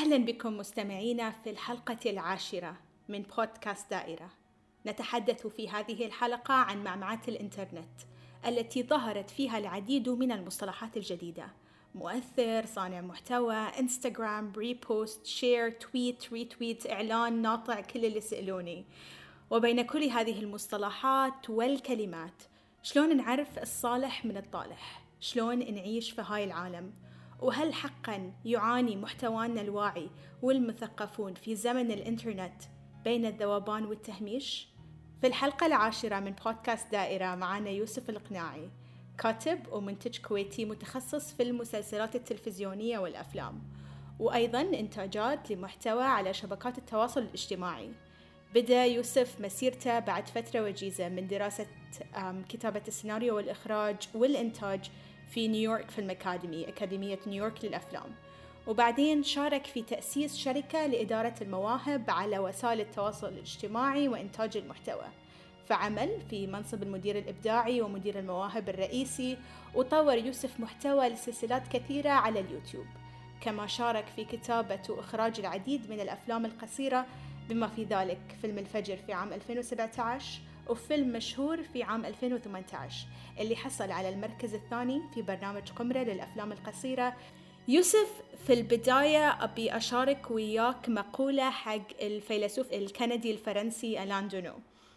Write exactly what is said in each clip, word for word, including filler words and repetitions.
أهلا بكم مستمعينا في الحلقة العاشرة من بودكاست دائرة. نتحدث في هذه الحلقة عن معمعات الإنترنت التي ظهرت فيها العديد من المصطلحات الجديدة: مؤثر، صانع محتوى، إنستغرام، ريبوست، شير، تويت، ريتويت، إعلان، ناطع، كل اللي سألوني. وبين كل هذه المصطلحات والكلمات، شلون نعرف الصالح من الطالح؟ شلون نعيش في هاي العالم؟ وهل حقاً يعاني محتوانا الواعي والمثقفون في زمن الإنترنت بين الذوبان والتهميش؟ في الحلقة العاشرة من بودكاست دائرة معنا يوسف القناعي، كاتب ومنتج كويتي متخصص في المسلسلات التلفزيونية والأفلام، وأيضاً إنتاجات لمحتوى على شبكات التواصل الاجتماعي. بدأ يوسف مسيرته بعد فترة وجيزة من دراسة كتابة السيناريو والإخراج والإنتاج في نيويورك فيلم أكاديمي، أكاديمية نيويورك للأفلام، وبعدين شارك في تأسيس شركة لإدارة المواهب على وسائل التواصل الاجتماعي وإنتاج المحتوى، فعمل في منصب المدير الإبداعي ومدير المواهب الرئيسي، وطور يوسف محتوى لسلسلات كثيرة على اليوتيوب، كما شارك في كتابة وإخراج العديد من الأفلام القصيرة بما في ذلك فيلم الفجر في عام ألفين وسبعة عشر وفيلم مشهور في عام ألفين وثمانية عشر اللي حصل على المركز الثاني في برنامج قمرة للأفلام القصيرة. يوسف، في البداية أبي أشارك وياك مقولة حق الفيلسوف الكندي الفرنسي ألان دونو.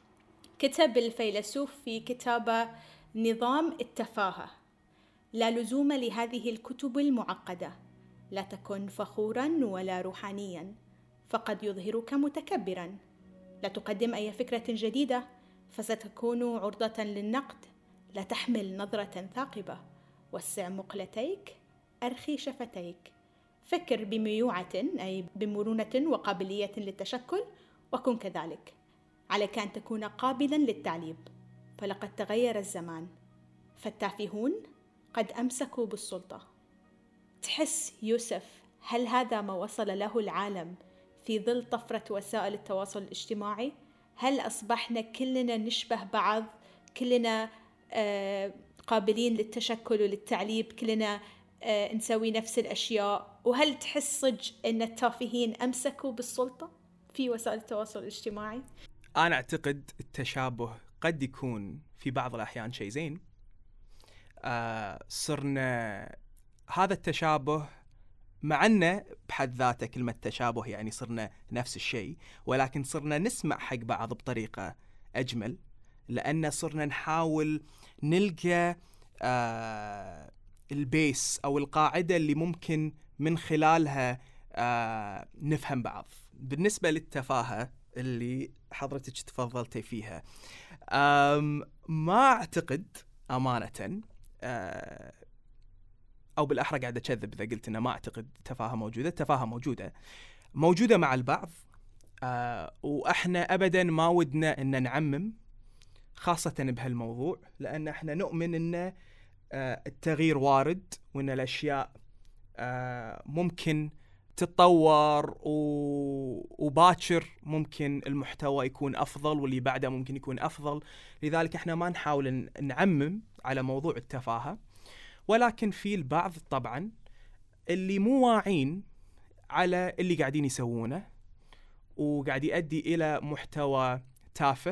كتب الفيلسوف في كتابه نظام التفاهة: لا لزوم لهذه الكتب المعقدة، لا تكن فخورا ولا روحانيا، فقد يظهرك متكبرا. لا تقدم أي فكرة جديدة، فستكون عرضة للنقد. لا تحمل نظرة ثاقبة، وسع مقلتيك، أرخي شفتيك، فكر بميوعة أي بمرونة وقابلية للتشكل، وكن كذلك. عليك أن تكون قابلا للتعليب، فلقد تغير الزمان، فالتافهون قد أمسكوا بالسلطة. تحس يوسف هل هذا ما وصل له العالم في ظل طفرة وسائل التواصل الاجتماعي؟ هل أصبحنا كلنا نشبه بعض، كلنا آه قابلين للتشكل وللتعليب، كلنا آه نسوي نفس الأشياء؟ وهل تحس صج أن التافهين أمسكوا بالسلطة في وسائل التواصل الاجتماعي؟ أنا أعتقد التشابه قد يكون في بعض الأحيان شيء زين. آه صرنا هذا التشابه معنا بحد ذاته، كلمة تشابه يعني صرنا نفس الشيء، ولكن صرنا نسمع حق بعض بطريقة أجمل، لأن صرنا نحاول نلقى آه البيس أو القاعدة اللي ممكن من خلالها آه نفهم بعض. بالنسبة للتفاهة اللي حضرتك تفضلتي فيها، ما أعتقد أمانة، آه أو بالأحرى قاعد أكذب إذا قلت إنه ما أعتقد تفاهة موجودة. التفاهة موجودة موجودة مع البعض، آه وإحنا أبداً ما ودنا إن نعمم، خاصة بهالموضوع، لأن إحنا نؤمن إن آه التغيير وارد، وإن الأشياء آه ممكن تتطور، وباكر ممكن المحتوى يكون أفضل واللي بعده ممكن يكون أفضل. لذلك إحنا ما نحاول نعمم على موضوع التفاهة، ولكن في البعض طبعا اللي مو واعين على اللي قاعدين يسوونه، وقاعد يؤدي إلى محتوى تافه،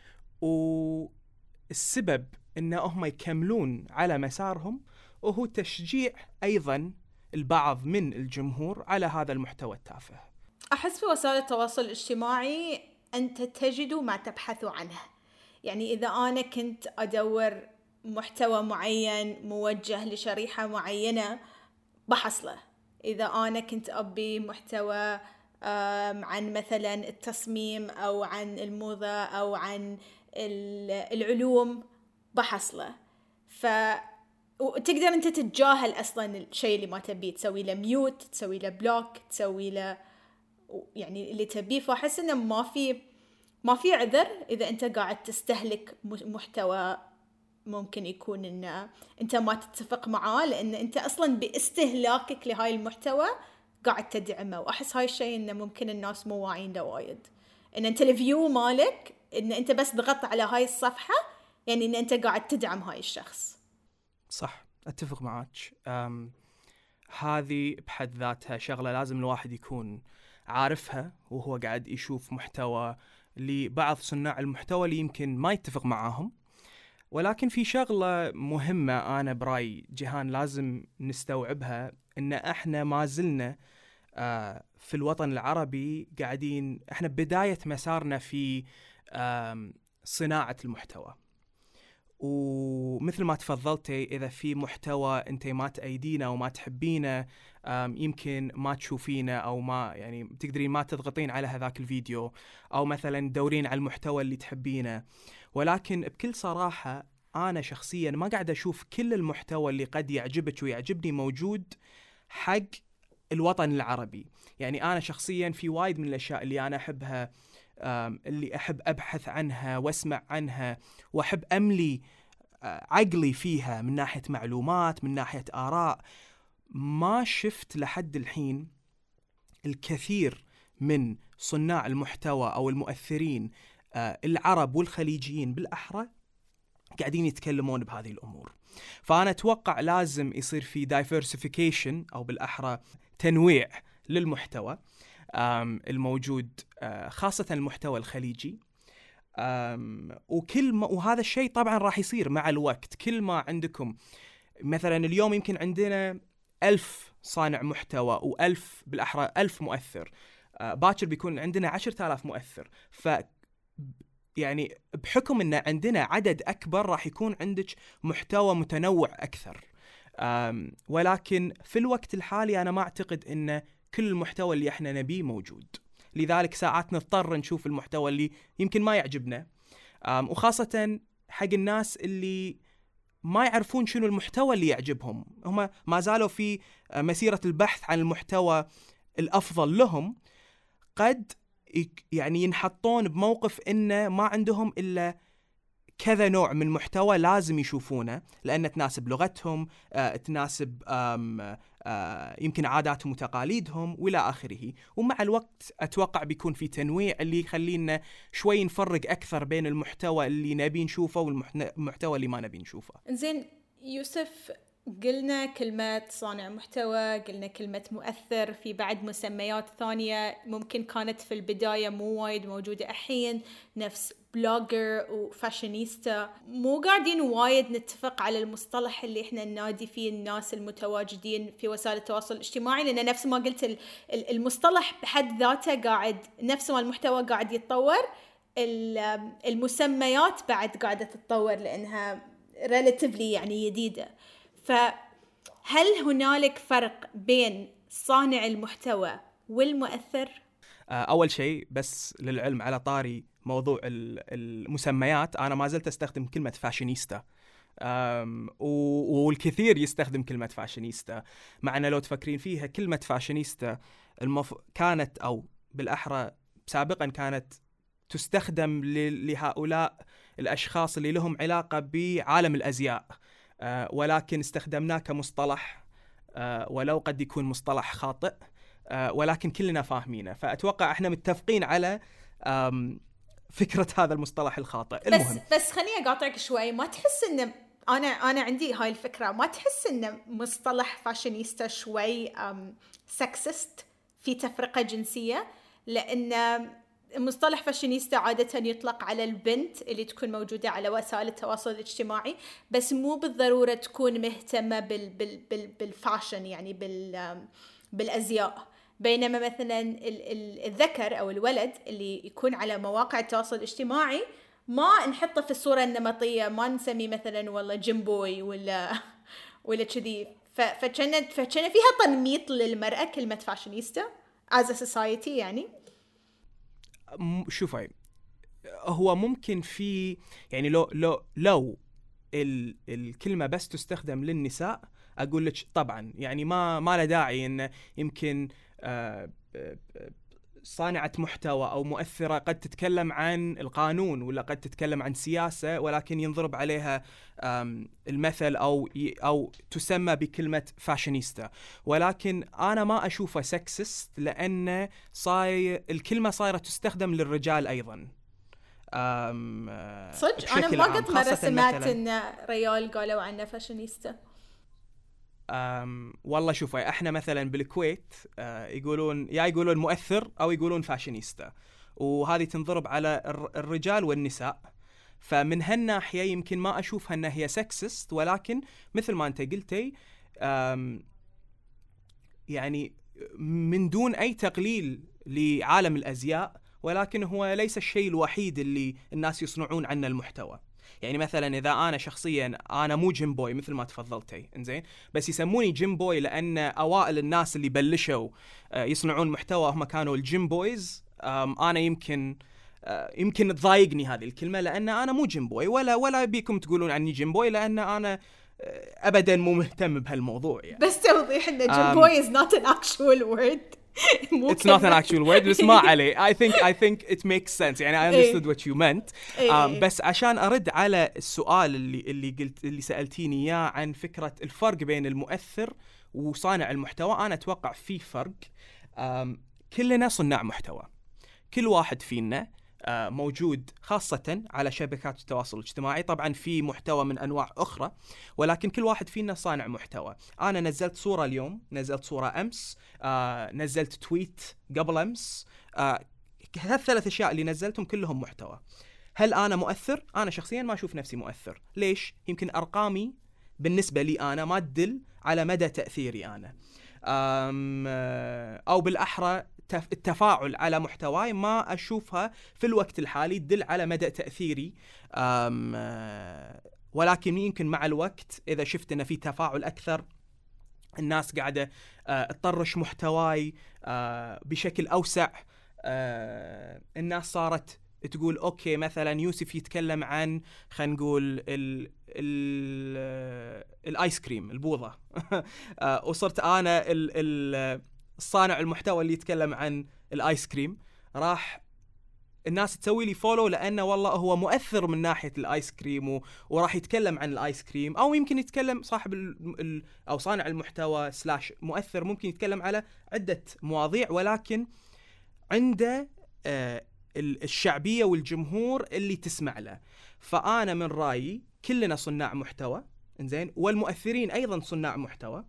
والسبب إنهم يكملون على مسارهم، وهو تشجيع أيضا البعض من الجمهور على هذا المحتوى التافه. أحس في وسائل التواصل الاجتماعي أنت تجد ما تبحث عنه. يعني إذا أنا كنت أدور محتوى معين موجه لشريحة معينة بحصله. إذا أنا كنت أبي محتوى عن مثلا التصميم أو عن الموضة أو عن العلوم بحصله. فتقدر أنت تتجاهل أصلا الشيء اللي ما تبيه، تسوي له ميوت، تسوي له بلوك، تسوي له يعني اللي تبيه. فأحس إنه ما في ما في عذر إذا أنت قاعد تستهلك محتوى ممكن يكون إن أنت ما تتفق معاه، لأن أنت أصلاً باستهلاكك لهاي المحتوى قاعد تدعمه. وأحس هاي الشيء إنه ممكن الناس مو واعين له وايد، إن أنت الفيو مالك إن أنت بس ضغطت على هاي الصفحة يعني إن أنت قاعد تدعم هاي الشخص. صح، أتفق معك. هذه بحد ذاتها شغلة لازم الواحد يكون عارفها وهو قاعد يشوف محتوى لبعض صناع المحتوى اللي يمكن ما يتفق معاهم. ولكن في شغلة مهمة أنا براي جيهان لازم نستوعبها، إن إحنا ما زلنا آه في الوطن العربي قاعدين إحنا بداية مسارنا في آه صناعة المحتوى. ومثل ما تفضلتي، إذا في محتوى أنت ما تأيدينه أو ما تحبينه، يمكن ما تشوفينه أو ما يعني تقدرين ما تضغطين على هذاك الفيديو، أو مثلا تدورين على المحتوى اللي تحبينه. ولكن بكل صراحة أنا شخصيا ما قاعد أشوف كل المحتوى اللي قد يعجبك ويعجبني موجود حق الوطن العربي. يعني أنا شخصيا في وايد من الأشياء اللي أنا أحبها، اللي أحب أبحث عنها واسمع عنها وأحب أملي عقلي فيها من ناحية معلومات، من ناحية آراء، ما شفت لحد الحين الكثير من صناع المحتوى أو المؤثرين العرب والخليجيين بالأحرى قاعدين يتكلمون بهذه الأمور. فأنا أتوقع لازم يصير في diversification أو بالأحرى تنويع للمحتوى الموجود، خاصة المحتوى الخليجي. وكل ما وهذا الشيء طبعا راح يصير مع الوقت. كل ما عندكم مثلا اليوم يمكن عندنا ألف صانع محتوى وألف بالأحرى ألف مؤثر، باكر بيكون عندنا عشرة آلاف مؤثر. ف يعني بحكم أن عندنا عدد أكبر راح يكون عندك محتوى متنوع أكثر. ولكن في الوقت الحالي أنا ما أعتقد أن كل المحتوى اللي احنا نبيه موجود، لذلك ساعات نضطر نشوف المحتوى اللي يمكن ما يعجبنا، وخاصة حق الناس اللي ما يعرفون شنو المحتوى اللي يعجبهم. هم ما زالوا في مسيرة البحث عن المحتوى الأفضل لهم، قد يعني ينحطون بموقف إنه ما عندهم إلا كذا نوع من محتوى لازم يشوفونه، لأن تناسب لغتهم، آه، تناسب آم آه، يمكن عاداتهم وتقاليدهم وإلى آخره. ومع الوقت أتوقع بيكون في تنويع اللي يخلينا شوي نفرق أكثر بين المحتوى اللي نبي نشوفه والمحتوى اللي ما نبي نشوفه. إنزين يوسف، قلنا كلمة صانع محتوى، قلنا كلمة مؤثر، في بعد مسميات ثانية ممكن كانت في البداية مو وايد موجودة الحين، نفس بلوجر وفاشينيستا. مو قاعدين وايد نتفق على المصطلح اللي احنا ننادي فيه الناس المتواجدين في وسائل التواصل الاجتماعي، لأن نفس ما قلت المصطلح بحد ذاته قاعد، نفس ما المحتوى قاعد يتطور، المسميات بعد قاعدة تتطور لأنها relatively يعني جديدة. فهل هنالك فرق بين صانع المحتوى والمؤثر؟ أول شيء بس للعلم على طاري موضوع المسميات، أنا ما زلت أستخدم كلمة فاشينيستا، والكثير يستخدم كلمة فاشينيستا، مع أن لو تفكرين فيها كلمة فاشينيستا المف... كانت أو بالأحرى سابقا كانت تستخدم لهؤلاء الأشخاص اللي لهم علاقة بعالم الأزياء، أه ولكن استخدمناه كمصطلح، أه ولو قد يكون مصطلح خاطئ، أه ولكن كلنا فاهمينه. فأتوقع احنا متفقين على فكرة هذا المصطلح الخاطئ. المهم بس بس خليني أقاطعك شوي، ما تحس إن أنا أنا عندي هاي الفكرة، ما تحس إن مصطلح فاشينيستا شوي سكسست في تفرقة جنسية؟ لأن مصطلح فاشينيستا عادة يطلق على البنت اللي تكون موجودة على وسائل التواصل الاجتماعي، بس مو بالضرورة تكون مهتمة بال بال بال بالفاشن، يعني بال بالأزياء. بينما مثلا الذكر أو الولد اللي يكون على مواقع التواصل الاجتماعي ما نحطه في الصورة النمطية، ما نسميه مثلا والله جيمبوي ولا ولا كذي. فكانت فكان فيها تنميط للمرأة كلمة فاشينيستا as a society. يعني شوفي، هو ممكن في يعني لو لو لو ال الكلمة بس تستخدم للنساء أقول لك طبعا يعني ما ما له داعي إن يمكن آه صانعة محتوى أو مؤثرة قد تتكلم عن القانون ولا قد تتكلم عن سياسة، ولكن ينضرب عليها المثل أو أو تسمى بكلمة فاشينيستا. ولكن أنا ما أشوفه سكسست، لأن صاير الكلمة صايرة تستخدم للرجال أيضا. صدق؟ أنا ما قد مرة سمعت إن ريال قالوا عنه فاشينيستا. أم والله شوفوا احنا مثلا بالكويت أه يقولون يا يقولون مؤثر او يقولون فاشينيستا، وهذه تنضرب على الرجال والنساء. فمن هالناحيه يمكن ما اشوفها انها هي سكسست، ولكن مثل ما انت قلتي يعني من دون اي تقليل لعالم الازياء، ولكن هو ليس الشيء الوحيد اللي الناس يصنعون عنه المحتوى. يعني مثلا اذا انا شخصيا انا مو جيم بوي مثل ما تفضلتي انزين، بس يسموني جيم بوي لان اوائل الناس اللي بلشوا يصنعون محتوى هم كانوا الجيم بويز. انا يمكن يمكن تضايقني هذه الكلمه لان انا مو جيم بوي، ولا ولا بيكم تقولون عني جيم بوي، لان انا ابدا مو مهتم بهالموضوع يعني. بس توضيح ان جيم بوي is not an actual word. It's not an actual word بس ما عليه. I think I think it makes sense يعني I understood what you meant. um, بس عشان أرد على السؤال اللي اللي قلت اللي سألتيني إياه عن فكرة الفرق بين المؤثر وصانع المحتوى، أنا أتوقع في فرق. um, كلنا صناع محتوى، كل واحد فينا موجود خاصة على شبكات التواصل الاجتماعي. طبعا في محتوى من أنواع أخرى، ولكن كل واحد فينا صانع محتوى. أنا نزلت صورة اليوم، نزلت صورة أمس، آه، نزلت تويت قبل أمس، آه، هالثلاث أشياء اللي نزلتهم كلهم محتوى. هل أنا مؤثر؟ أنا شخصيا ما أشوف نفسي مؤثر. ليش؟ يمكن أرقامي بالنسبة لي أنا ما تدل على مدى تأثيري أنا، أو بالأحرى التفاعل على محتواي ما أشوفها في الوقت الحالي تدل على مدى تأثيري. ولكن يمكن مع الوقت إذا شفت أن في تفاعل أكثر، الناس قاعدة تطرش محتواي بشكل أوسع، الناس صارت تقول أوكي مثلا يوسف يتكلم عن خلينا نقول ال ال الآيس كريم البوظة وصرت أنا ال ال الصانع المحتوى اللي يتكلم عن الآيس كريم، راح الناس تسوي لي فولو لأنه والله هو مؤثر من ناحية الآيس كريم و... وراح يتكلم عن الآيس كريم. أو يمكن يتكلم صاحب ال... ال... أو صانع المحتوى سلاش مؤثر ممكن يتكلم على عدة مواضيع، ولكن عنده آه الشعبية والجمهور اللي تسمع له. فأنا من رأيي كلنا صناع محتوى إنزين، والمؤثرين أيضا صناع محتوى،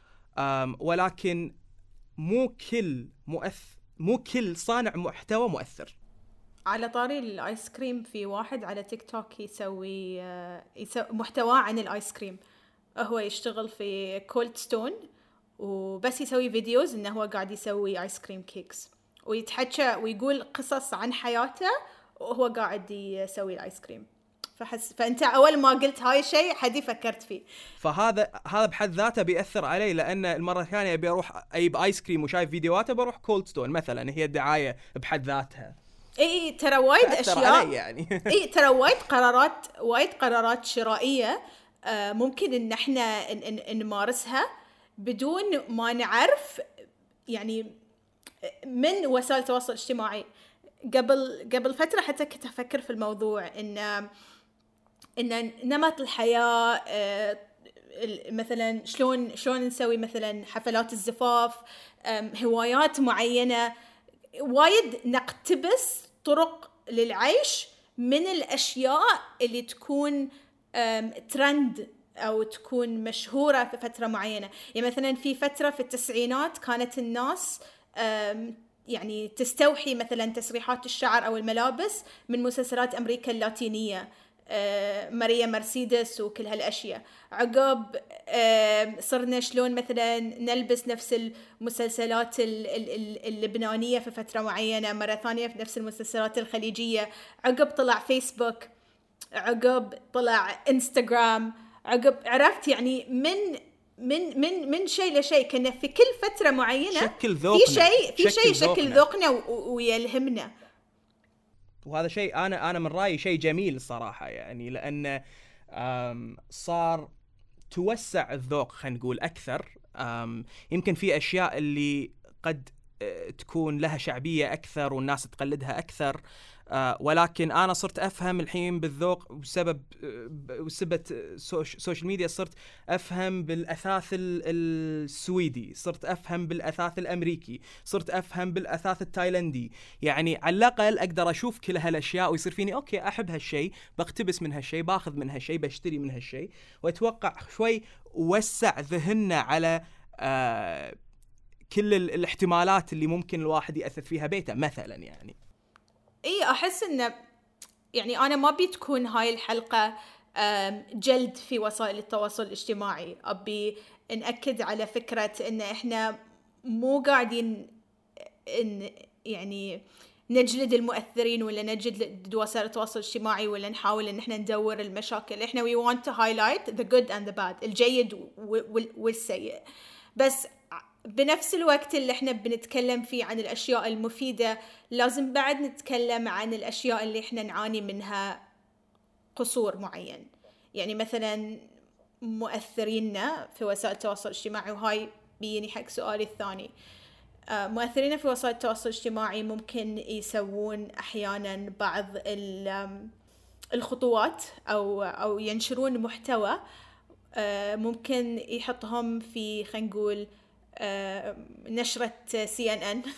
ولكن مو كل مؤثر مو كل صانع محتوى مؤثر. على طاري الآيس كريم، في واحد على تيك توك يسوي, يسوي محتوى عن الآيس كريم. هو يشتغل في كولد ستون وبس يسوي فيديوز إنه هو قاعد يسوي آيس كريم كيكس، ويتحكى ويقول قصص عن حياته وهو قاعد يسوي الآيس كريم. فحس فأنت أول ما قلت هاي الشيء حدي فكرت فيه. فهذا هذا بحد ذاته بيأثر علي، لأن المرة الثانية أبي أروح أجيب آيس كريم وشايف فيديوهاته بروح كولد ستون مثلا، هي دعاية بحد ذاتها. اي ترى وايد اشياء يعني. اي ترى وايد قرارات وايد قرارات شرائيه آه ممكن ان احنا نمارسها بدون ما نعرف يعني من وسائل التواصل الاجتماعي. قبل قبل فتره حتى كنت افكر في الموضوع ان ان نمط الحياه آه مثلا شلون شلون نسوي مثلا حفلات الزفاف، هوايات معينه، وايد نقتبس طرق للعيش من الأشياء اللي تكون ترند أو تكون مشهورة في فترة معينة. يعني مثلا في فترة في التسعينات كانت الناس يعني تستوحي مثلا تسريحات الشعر أو الملابس من مسلسلات أمريكا اللاتينية، ماريا مرسيدس وكل هالأشياء. عقب صرنا شلون مثلا نلبس نفس المسلسلات اللبنانية في فترة معينة، مرة ثانية في نفس المسلسلات الخليجية. عقب طلع فيسبوك، عقب طلع انستغرام، عقب عرفت يعني من من من من شيء لشيء. كنا في كل فترة معينة شكل ذوقنا، في شيء في شيء شكل ذوقنا ويلهمنا. وهذا شيء أنا أنا من رأيي شيء جميل الصراحة، يعني لأن صار توسع الذوق خلينا نقول أكثر. يمكن في أشياء اللي قد تكون لها شعبية أكثر والناس تقلدها أكثر، آه ولكن أنا صرت أفهم الحين بالذوق بسبب بسبب السوشيال ميديا. صرت أفهم بالأثاث السويدي، صرت أفهم بالأثاث الأمريكي، صرت أفهم بالأثاث التايلندي. يعني على الأقل أقدر أشوف كل هالأشياء ويصير فيني أوكي أحب هالشيء، بقتبس من هالشيء، باخذ من هالشيء، بشتري من هالشيء. وأتوقع شوي ووسع ذهننا على آه كل الاحتمالات اللي ممكن الواحد يأثث فيها بيته مثلا. يعني اي احس انه يعني انا ما ابي تكون هاي الحلقة جلد في وسائل التواصل الاجتماعي، ابي نأكد على فكرة ان احنا مو قاعدين إن يعني نجلد المؤثرين ولا نجلد وسائل التواصل الاجتماعي ولا نحاول ان احنا ندور المشاكل. احنا we want to highlight the good and the bad، الجيد والسيء، بس بنفس الوقت اللي احنا بنتكلم فيه عن الاشياء المفيدة لازم بعد نتكلم عن الاشياء اللي احنا نعاني منها قصور معين. يعني مثلا مؤثريننا في وسائل التواصل الاجتماعي، وهاي بيني حق سؤالي الثاني، مؤثرين في وسائل التواصل الاجتماعي ممكن يسوون أحيانا بعض الخطوات أو أو ينشرون محتوى ممكن يحطهم في خلينا نقول نشرة سي إن إن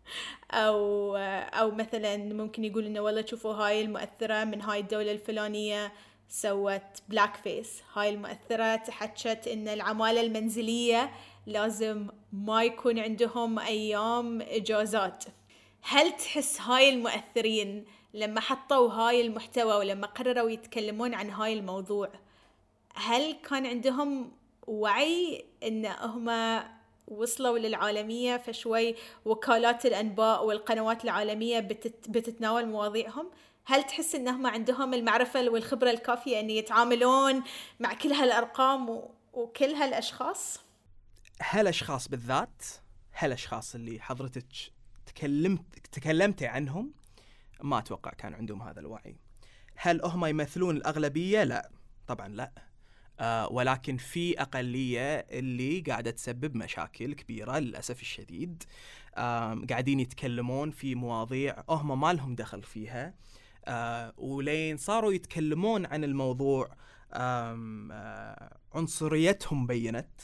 أو أو مثلا ممكن يقول إنه والله شوفوا هاي المؤثرة من هاي الدولة الفلانية سوت بلاك فيس، هاي المؤثرة تحكت إن العمالة المنزلية لازم ما يكون عندهم أيام إجازات. هل تحس هاي المؤثرين لما حطوا هاي المحتوى ولما قرروا يتكلمون عن هاي الموضوع هل كان عندهم وعي إن هم وصلوا للعالمية فشوي وكالات الأنباء والقنوات العالمية بتت بتتناول مواضيعهم؟ هل تحس إنهم عندهم المعرفة والخبرة الكافية أن يتعاملون مع كل هالأرقام وكل هالأشخاص؟ هالأشخاص بالذات، هالأشخاص اللي حضرتك تكلمت تكلمتي عنهم ما أتوقع كان عندهم هذا الوعي. هل هم يمثلون الأغلبية؟ لا طبعا لا، آه ولكن في أقلية اللي قاعدة تسبب مشاكل كبيرة للأسف الشديد، آه قاعدين يتكلمون في مواضيع هم ما لهم دخل فيها، آه ولين صاروا يتكلمون عن الموضوع آه آه عنصريتهم بينت،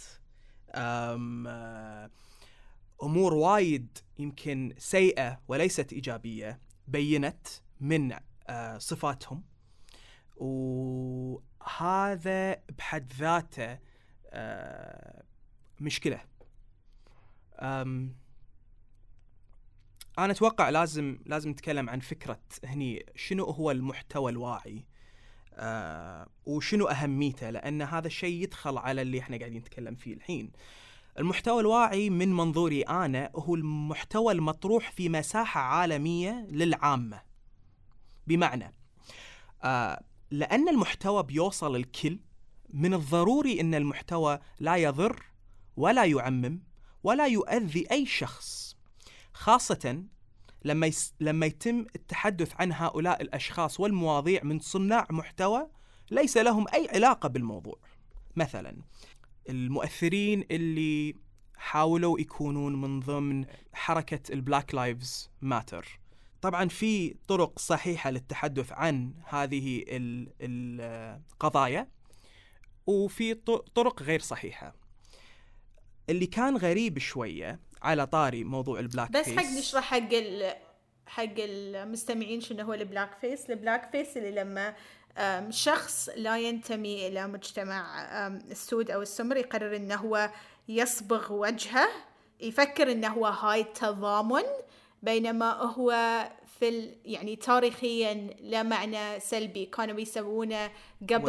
آم آه أمور وايد يمكن سيئة وليست إيجابية بينت من آه صفاتهم، وهذا بحد ذاته آه مشكلة. آم أنا أتوقع لازم لازم نتكلم عن فكرة هني شنو هو المحتوى الواعي آه وشنو أهميته، لأن هذا الشيء يدخل على اللي إحنا قاعدين نتكلم فيه الحين. المحتوى الواعي من منظوري أنا هو المحتوى المطروح في مساحة عالمية للعامة، بمعنى آه لأن المحتوى بيوصل الكل من الضروري أن المحتوى لا يضر ولا يعمم ولا يؤذي أي شخص، خاصة لما يس... لما يتم التحدث عن هؤلاء الأشخاص والمواضيع من صناع محتوى ليس لهم أي علاقة بالموضوع. مثلا المؤثرين اللي حاولوا يكونون من ضمن حركة البلاك لايفز ماتر، طبعا في طرق صحيحة للتحدث عن هذه القضايا وفي طرق غير صحيحة. اللي كان غريب شوية على طاري موضوع البلاك بس فيس، حق نشرح حق ال... حق المستمعين شنو هو البلاك فيس. البلاك فيس اللي لما شخص لا ينتمي إلى مجتمع السود أو السمر يقرر إنه هو يصبغ وجهه، يفكر إنه هو هاي تضامن، بينما هو في ال... يعني تاريخيا لا معنى سلبي، كانوا يسوونه قبل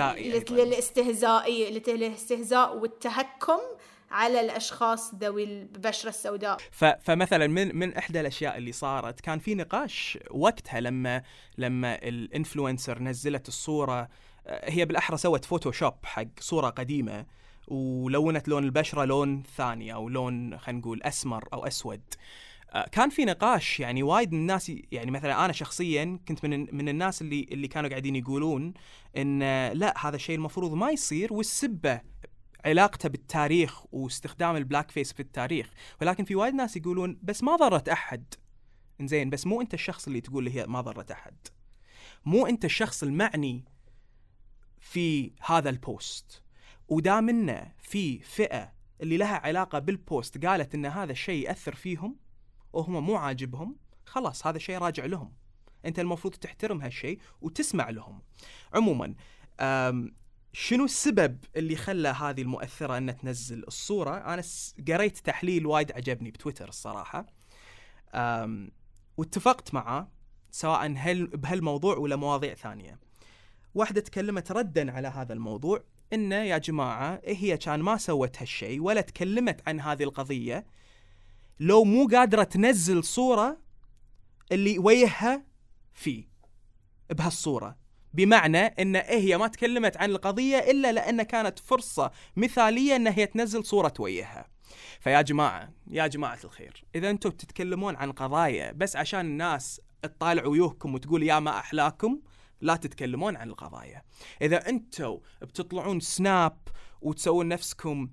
للاستهزائي للاستهزاء والتهكم على الأشخاص ذوي البشرة السوداء. ف... فمثلا من من إحدى الأشياء اللي صارت كان في نقاش وقتها لما لما الانفلونسر نزلت الصورة، هي بالأحرى سوت فوتوشوب حق صورة قديمة ولونت لون البشرة لون ثاني أو لون خلينا نقول أسمر أو أسود. كان في نقاش يعني وايد من الناس، يعني مثلا أنا شخصيا كنت من من الناس اللي اللي كانوا قاعدين يقولون إن لا هذا الشيء المفروض ما يصير، والسبة علاقته بالتاريخ واستخدام البلاك فيس في التاريخ، ولكن في وايد ناس يقولون بس ما ضرت أحد. إنزين بس مو أنت الشخص اللي تقول لي هي ما ضرت أحد، مو أنت الشخص المعني في هذا البوست، ودامنا في فئة اللي لها علاقة بالبوست قالت إن هذا الشيء يأثر فيهم وهم مو عاجبهم، خلاص هذا الشيء راجع لهم، أنت المفروض تحترم هالشيء وتسمع لهم. عموما شنو السبب اللي خلى هذه المؤثرة أن تنزل الصورة؟ أنا قريت تحليل وايد عجبني بتويتر الصراحة، واتفقت معه سواء هل بهالموضوع ولا مواضيع ثانية. واحدة تكلمت رداً على هذا الموضوع إنه يا جماعة هي كان ما سوت هالشيء ولا تكلمت عن هذه القضية لو مو قادرة تنزل صورة اللي وجهها فيه بهالصورة، بمعنى إن هي ما تكلمت عن القضية إلا لأن كانت فرصة مثالية إن هي تنزل صورة وجهها. فيا جماعة يا جماعة الخير، إذا أنتم بتتكلمون عن قضايا بس عشان الناس تطالع وجوهكم وتقول يا ما أحلاكم، لا تتكلمون عن القضايا. إذا أنتم بتطلعون سناب وتسوون نفسكم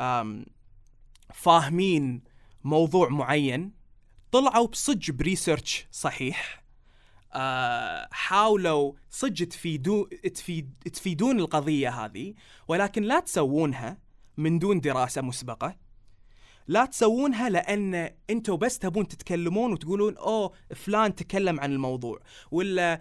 فاهمين موضوع معين، طلعوا بصج بريسيرش صحيح، أه حاولوا صج تفيدو تفيد تفيدون القضية هذه، ولكن لا تسوونها من دون دراسة مسبقة. لا تسوونها لأن أنتوا بس تبون تتكلمون وتقولون أوه فلان تكلم عن الموضوع، ولا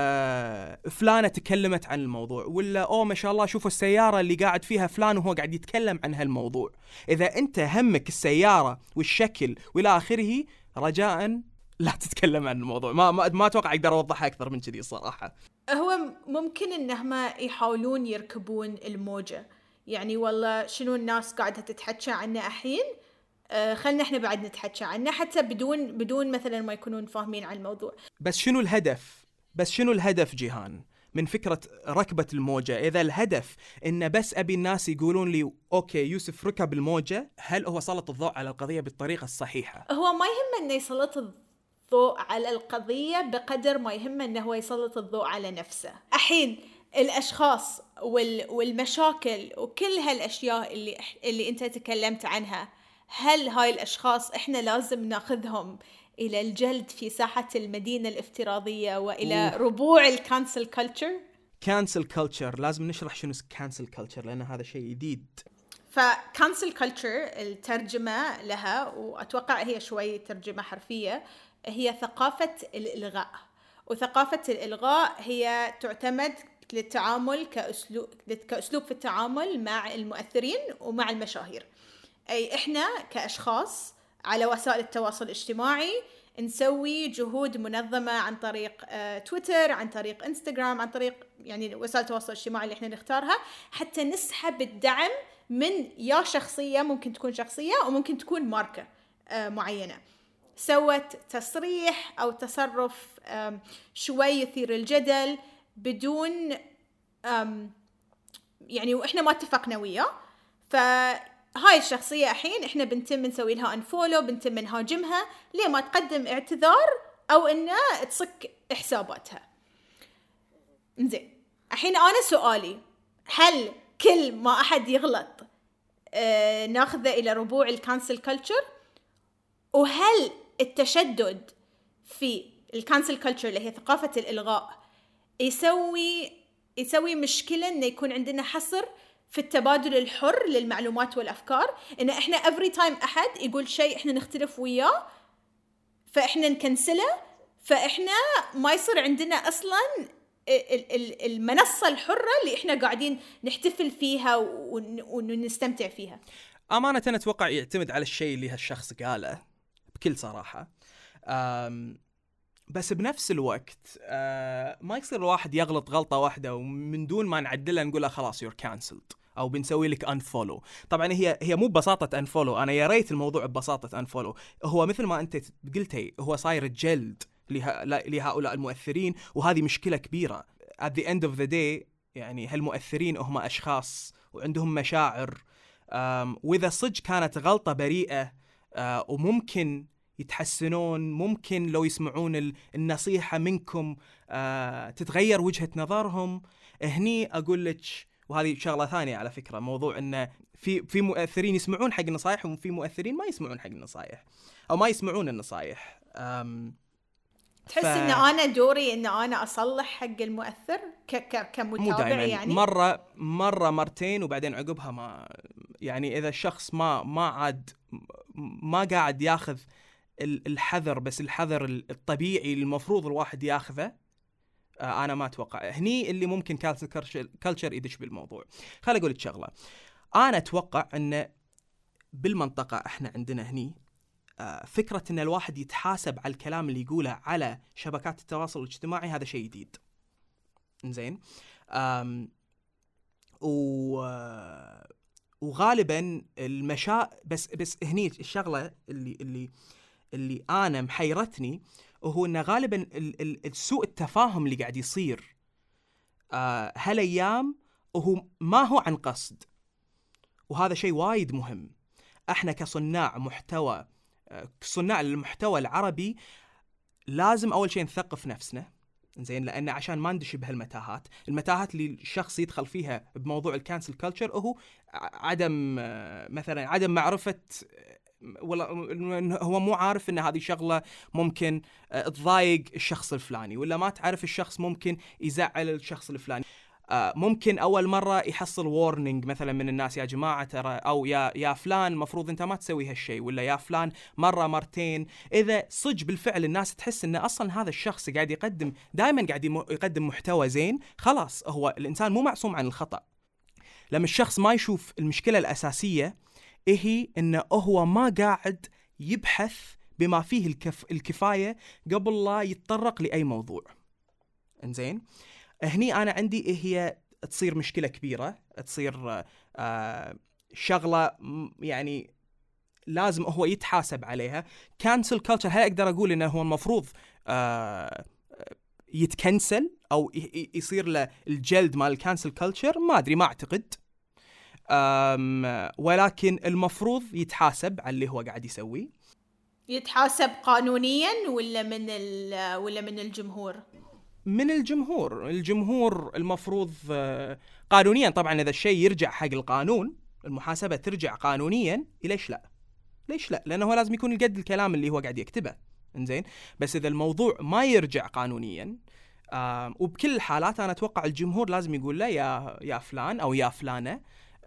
آه فلانة تكلمت عن الموضوع، ولا أوه ما شاء الله شوفوا السيارة اللي قاعد فيها فلان وهو قاعد يتكلم عن هالموضوع. إذا أنت همك السيارة والشكل وإلى آخره، رجاءً لا تتكلم عن الموضوع. ما ما, ما أتوقع أقدر أوضحها أكثر من كذي صراحة. هو ممكن إنهم يحاولون يركبون الموجة، يعني والله شنو الناس قاعدة تتحكى عنه الحين، آه خلنا إحنا بعد نتحكى عنه، حتى بدون بدون مثلا ما يكونون فاهمين عن الموضوع. بس شنو الهدف؟ بس شنو الهدف جيهان من فكرة ركبة الموجة؟ إذا الهدف إن بس أبي الناس يقولون لي أوكي يوسف ركب الموجة، هل هو سلط الضوء على القضية بالطريقة الصحيحة؟ هو ما يهم إنه يسلط الضوء على القضية بقدر ما يهم إنه هو يسلط الضوء على نفسه. الحين الأشخاص وال والمشاكل وكل هالأشياء اللي اللي أنت تكلمت عنها، هل هاي الأشخاص إحنا لازم ناخذهم إلى الجلد في ساحة المدينة الافتراضية وإلى أوه. ربوع الكانسل كلتشر؟ كانسل كلتشر لازم نشرح شنو كانسل كلتشر لأن هذا شيء جديد. فكانسل كلتشر الترجمة لها، وأتوقع هي شوي ترجمة حرفية، هي ثقافة الإلغاء. وثقافة الإلغاء هي تعتمد للتعامل كأسلوب كأسلوب في التعامل مع المؤثرين ومع المشاهير. أي إحنا كأشخاص على وسائل التواصل الاجتماعي نسوي جهود منظمة عن طريق آه تويتر، عن طريق انستغرام، عن طريق يعني وسائل التواصل الاجتماعي اللي إحنا نختارها، حتى نسحب الدعم من يا شخصية، ممكن تكون شخصية وممكن تكون ماركة آه معينة سوت تصريح أو تصرف شوي يثير الجدل بدون يعني وإحنا ما اتفقنا وياه. فهاي الشخصية الحين إحنا بنتم نسوي لها انفولو، بنتم نهاجمها ليه ما تقدم اعتذار أو إنها تصك حساباتها. إنزين، الحين أنا سؤالي، هل كل ما أحد يغلط آه ناخذه إلى ربوع الكانسل كلتشر؟ وهل التشدد في الكانسل كلتشر اللي هي ثقافة الإلغاء يسوي يسوي مشكلة إنه يكون عندنا حصر في التبادل الحر للمعلومات والأفكار، إن إحنا every time أحد يقول شيء إحنا نختلف وياه فإحنا نكنسله، فإحنا ما يصير عندنا أصلاً المنصة الحرة اللي إحنا قاعدين نحتفل فيها ونستمتع فيها. أمانة أتوقع يعتمد على الشيء اللي هالشخص قاله بكل صراحة. بس بنفس الوقت ما يصير الواحد يغلط غلطة واحدة ومن دون ما نعدلها نقولها خلاص you're cancelled أو بنسوي لك unfollow. طبعا هي هي مو ببساطة unfollow، أنا يا ريت الموضوع ببساطة unfollow. هو مثل ما أنت قلتي، هو صاير جلد لهؤلاء المؤثرين، وهذه مشكلة كبيرة. at the end of the day يعني هالمؤثرين هم أشخاص وعندهم مشاعر، وإذا صدق كانت غلطة بريئة وممكن يتحسنون، ممكن لو يسمعون النصيحة منكم تتغير وجهة نظرهم، هني أقول لك. وهذه شغلة ثانية على فكرة، موضوع إنه في في مؤثرين يسمعون حق النصائح وفي مؤثرين ما يسمعون حق النصائح أو ما يسمعون النصائح. تحس ف... إن أنا دوري إن أنا أصلح حق المؤثر ك ك كمتابع يعني مرة مرة مرتين وبعدين عقبها ما يعني إذا الشخص ما ما عاد ما قاعد ياخذ الحذر، بس الحذر الطبيعي المفروض الواحد ياخذه، آه انا ما اتوقع هني اللي ممكن كالتشر كلتشر يدش بالموضوع. خلي اقول لك شغله، انا اتوقع ان بالمنطقه احنا عندنا هني آه فكره ان الواحد يتحاسب على الكلام اللي يقوله على شبكات التواصل الاجتماعي هذا شيء جديد. زين. و وغالبا المشا بس بس هني الشغله اللي اللي اللي انا محيرتني وهو ان غالبا السوء التفاهم اللي قاعد يصير آه هالايام وهو ما هو عن قصد، وهذا شيء وايد مهم. احنا كصناع محتوى آه كصناع المحتوى العربي لازم اول شيء نثقف نفسنا، زين، لأن عشان ما ندش بهالمتاهات، المتاهات اللي الشخص يدخل فيها بموضوع الكانسل كلتشر وهو عدم مثلا عدم معرفة، ولا هو مو عارف ان هذه شغلة ممكن تضايق الشخص الفلاني، ولا ما تعرف الشخص ممكن يزعل الشخص الفلاني. ممكن أول مرة يحصل وورنينج مثلا من الناس، يا جماعة ترى، أو يا يا فلان مفروض أنت ما تسوي هالشيء، ولا يا فلان مرة مرتين. إذا صج بالفعل الناس تحس إن أصلا هذا الشخص قاعد يقدم دائما قاعد يقدم محتوى زين، خلاص هو الإنسان مو معصوم عن الخطأ. لما الشخص ما يشوف المشكلة الأساسية هي إنه هو ما قاعد يبحث بما فيه الكف الكفاية قبل لا يتطرق لأي موضوع. إنزين، هني أنا عندي هي تصير مشكلة كبيرة، تصير آه شغلة يعني لازم هو يتحاسب عليها. كانسل كلتشر، هل أقدر أقول إنه هو المفروض آه يتكنسل أو يصير له الجلد مال الكانسل كلتشر؟ ما أدري، ما أعتقد، ولكن المفروض يتحاسب على اللي هو قاعد يسويه. يتحاسب قانونيا ولا من ولا من الجمهور؟ من الجمهور. الجمهور المفروض قانونيا طبعا إذا الشيء يرجع حق القانون، المحاسبة ترجع قانونيا، ليش لا؟ ليش لا؟ لأنه هو لازم يكون القد الكلام اللي هو قاعد يكتبه. إنزين، بس إذا الموضوع ما يرجع قانونيا، آه وبكل الحالات أنا أتوقع الجمهور لازم يقول له يا يا فلان أو يا فلانة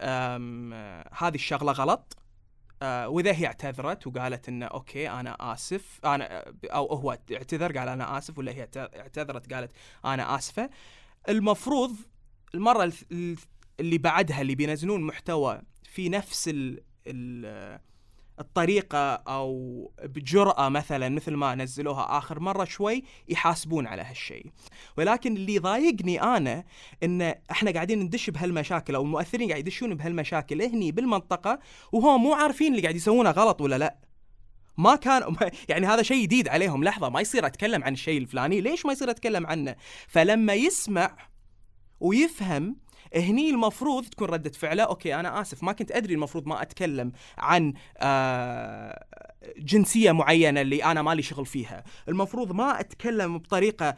آه هذه الشغلة غلط. آه وإذا هي اعتذرت وقالت إنه أوكي أنا آسف، أنا أو هو اعتذر قال أنا آسف، ولا هي اعتذرت قالت أنا آسفة، المفروض المرة اللي بعدها اللي بينزلون محتوى في نفس ال ال الطريقة أو بجرأة مثلا مثل ما نزلوها آخر مرة شوي يحاسبون على هالشيء. ولكن اللي ضايقني أنا إن إحنا قاعدين ندش بهالمشاكل، أو المؤثرين قاعد يدشون بهالمشاكل هني بالمنطقة وهو مو عارفين اللي قاعد يسوونه غلط ولا لا. ما كان يعني هذا شيء جديد عليهم. لحظة، ما يصير أتكلم عن الشيء الفلاني، ليش ما يصير أتكلم عنه؟ فلما يسمع ويفهم هني المفروض تكون ردة فعله أوكي أنا آسف، ما كنت أدري، المفروض ما أتكلم عن آه جنسية معينة اللي أنا مالي شغل فيها، المفروض ما أتكلم بطريقة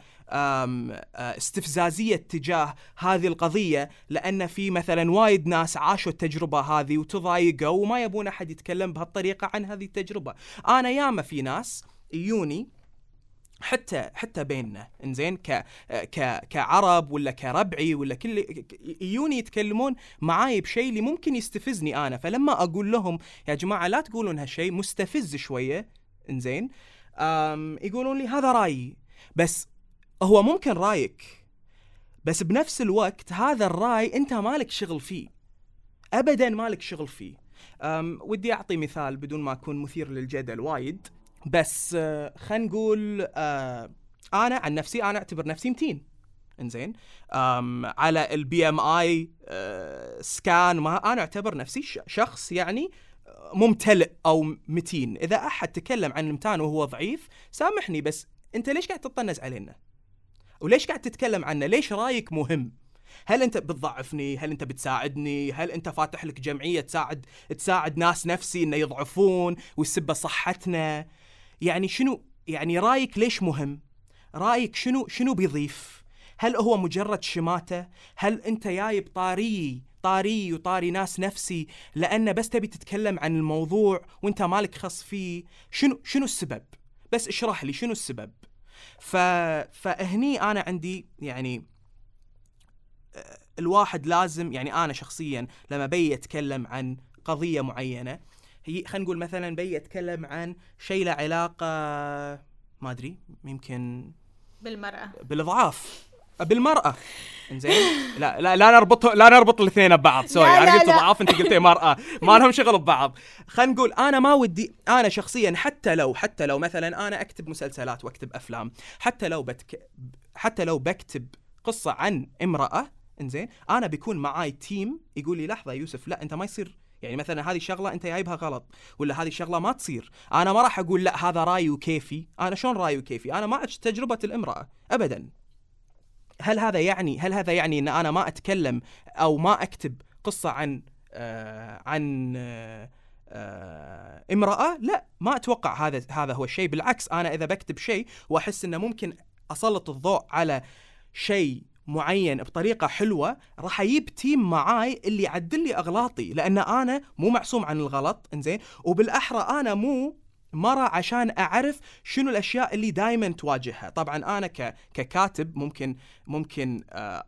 استفزازية تجاه هذه القضية، لأن في مثلا وايد ناس عاشوا التجربة هذه وتضايقوا وما يبون أحد يتكلم بهالطريقة عن هذه التجربة. أنا ياما في ناس يوني حتى حتى بيننا، إنزين، ك ك كعرب ولا كربعي ولا كل يوني يتكلمون معاي بشيء اللي ممكن يستفزني أنا، فلما أقول لهم يا جماعة لا تقولون هالشيء مستفز شوية، إنزين، يقولون لي هذا رأيي. بس هو ممكن رأيك، بس بنفس الوقت هذا الرأي أنت مالك شغل فيه، أبدا مالك شغل فيه. ودي أعطي مثال بدون ما أكون مثير للجدل وايد، بس آه خلينا نقول آه أنا عن نفسي أنا أعتبر نفسي متين، إنزين، على البي ام آي آه سكان، ما أنا أعتبر نفسي شخص يعني ممتلئ أو متين. إذا أحد تكلم عن المتان وهو ضعيف سامحني، بس أنت ليش قاعد تطنز علينا؟ وليش قاعد تتكلم عنه؟ ليش رأيك مهم؟ هل أنت بتضعفني؟ هل أنت بتساعدني؟ هل أنت فاتح لك جمعية تساعد تساعد ناس نفسي إنه يضعفون ويسبوا صحتنا؟ يعني شنو يعني رأيك ليش مهم؟ رأيك شنو شنو بيضيف؟ هل هو مجرد شماتة؟ هل أنت جايب طاري طاري وطاري ناس نفسي لأن بس تبي تتكلم عن الموضوع وأنت مالك خص فيه؟ شنو شنو السبب؟ بس اشرح لي شنو السبب. ف فهني أنا عندي يعني الواحد لازم، يعني أنا شخصيا لما بي أتكلم عن قضية معينة، هي خلينا نقول مثلا بي أتكلم عن شيء له علاقة ما أدري يمكن بالمرأة، بالإضعاف بالمرأة. إنزين لا لا لا نربط لا نربط الاثنين ببعض. سوري لا أنا لا قلت لا. ضعاف أنت قلتي مرأة ما لهم شغل ببعض. خلينا نقول أنا ما ودي أنا شخصيا حتى لو حتى لو مثلا أنا أكتب مسلسلات وأكتب أفلام حتى لو بتك حتى لو بكتب قصة عن امرأة إنزين أنا بيكون معاي تيم يقول لي لحظة يوسف لا أنت ما يصير يعني مثلا هذه الشغلة أنت جايبها غلط ولا هذه الشغلة ما تصير. أنا ما راح أقول لا هذا رأيي وكيفي. أنا شلون رأيي وكيفي؟ أنا ما عشت تجربة الامرأة أبدا. هل هذا يعني هل هذا يعني ان انا ما اتكلم او ما اكتب قصة عن آه عن آه آه امرأة؟ لا ما اتوقع هذا هذا هو الشيء. بالعكس انا اذا بكتب شيء واحس انه ممكن اسلط الضوء على شيء معين بطريقة حلوة راح اجيب تيم معاي اللي يعدل لي اغلاطي لان انا مو معصوم عن الغلط. انزين وبالاحرى انا مو مرة عشان أعرف شنو الأشياء اللي دايماً تواجهها. طبعاً أنا ك ككاتب ممكن ممكن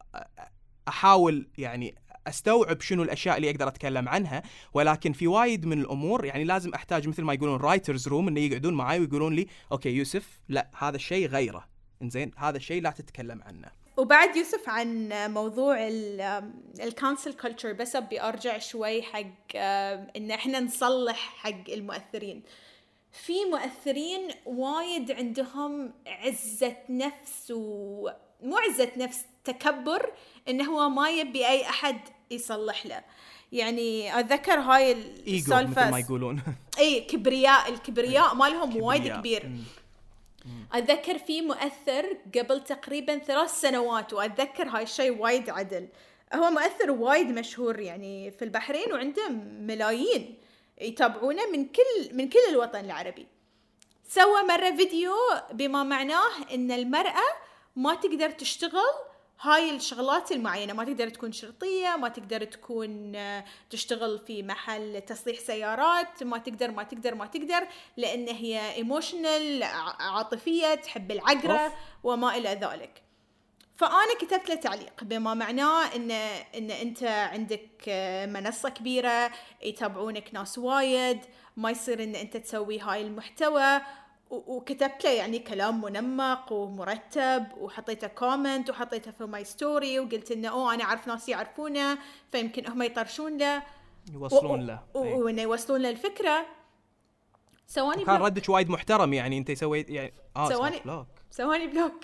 أحاول يعني أستوعب شنو الأشياء اللي أقدر أتكلم عنها ولكن في وايد من الأمور يعني لازم أحتاج مثل ما يقولون رايترز روم إنه يقعدون معاي ويقولون لي أوكي يوسف لا هذا الشيء غيره. إنزين هذا الشيء لا تتكلم عنه. وبعد يوسف عن موضوع الكانسل كلتشر بس أبي أرجع شوي حق إن إحنا نصلح حق المؤثرين. في مؤثرين وايد عندهم عزة نفس ومو عزة نفس تكبر إنه هو ما يبي أي أحد يصلح له. يعني أذكر هاي السالفة مثل ما يقولون أي كبرياء الكبرياء مالهم وايد كبير. م. أتذكر في مؤثر قبل تقريبا ثلاث سنوات وأتذكر هاي الشيء وايد عدل. هو مؤثر وايد مشهور يعني في البحرين وعنده ملايين يتابعونه من كل من كل الوطن العربي. سوى مرة فيديو بما معناه إن المرأة ما تقدر تشتغل هاي الشغلات المعينة. ما تقدر تكون شرطية ما تقدر تكون تشتغل في محل تصليح سيارات ما تقدر ما تقدر ما تقدر لأن هي ايموشنال عاطفية تحب العقرة وما إلى ذلك. فأنا كتبت له تعليق بما معناه إن إن أنت عندك منصة كبيرة يتابعونك ناس وايد ما يصير إن أنت تسوي هاي المحتوى. وكتبت له يعني كلام منمق ومرتب وحطيته كومنت وحطيته في ماي ستوري وقلت إنه أوه أنا أعرف ناس يعرفونه فيمكن هم يطرشون له يوصلون له وإنه يوصلون له الفكرة. سواني كان ردك وايد محترم يعني أنت سويت يعني آه سواني بلوك سواني بلوك.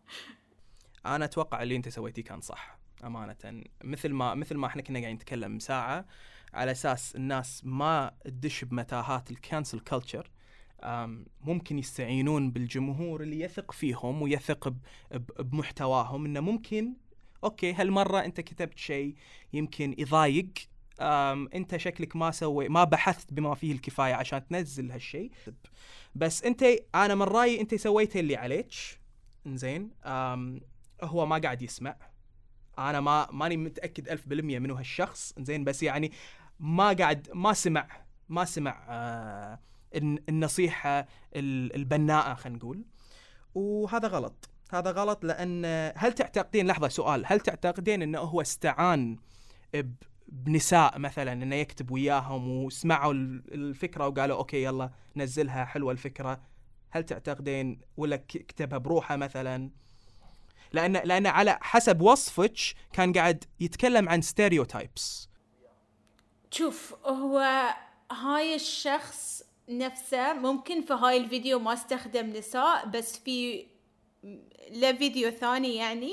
أنا أتوقع اللي أنت سويتيه كان صح أمانة. مثل ما مثل ما إحنا كنا قاعدين نتكلم ساعة على أساس الناس ما تدش بمتاهات الكانسل كلتشر ممكن يستعينون بالجمهور اللي يثق فيهم ويثق بمحتواهم إنه ممكن أوكي هالمرة أنت كتبت شيء يمكن يضايق أنت شكلك ما سوي ما بحثت بما فيه الكفاية عشان تنزل هالشيء بس أنت أنا من رأيي أنت سويت اللي عليك. إنزين هو ما قاعد يسمع. أنا ما ماني متأكد ألف بالمية منه هالشخص. إنزين بس يعني ما قاعد ما سمع ما سمع آه النصيحة البناءة خلينا نقول. وهذا غلط هذا غلط لأن هل تعتقدين لحظة سؤال هل تعتقدين أنه هو استعان بنساء مثلا أنه يكتب وياهم وسمعوا الفكرة وقالوا أوكي يلا نزلها حلوة الفكرة؟ هل تعتقدين ولا كتبها بروحه مثلا؟ لأن لأن على حسب وصفك كان قاعد يتكلم عن ستيريوتايبس. شوف هو هاي الشخص نفسه ممكن في هاي الفيديو ما استخدم نساء بس في له فيديو ثاني يعني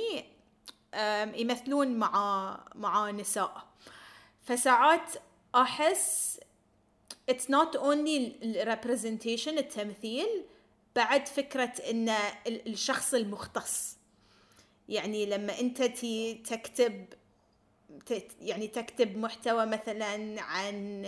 يمثلون مع مع نساء. فساعات أحس it's not only representation التمثيل بعد فكرة إن الشخص المختص. يعني لما أنت تكتب يعني تكتب محتوى مثلا عن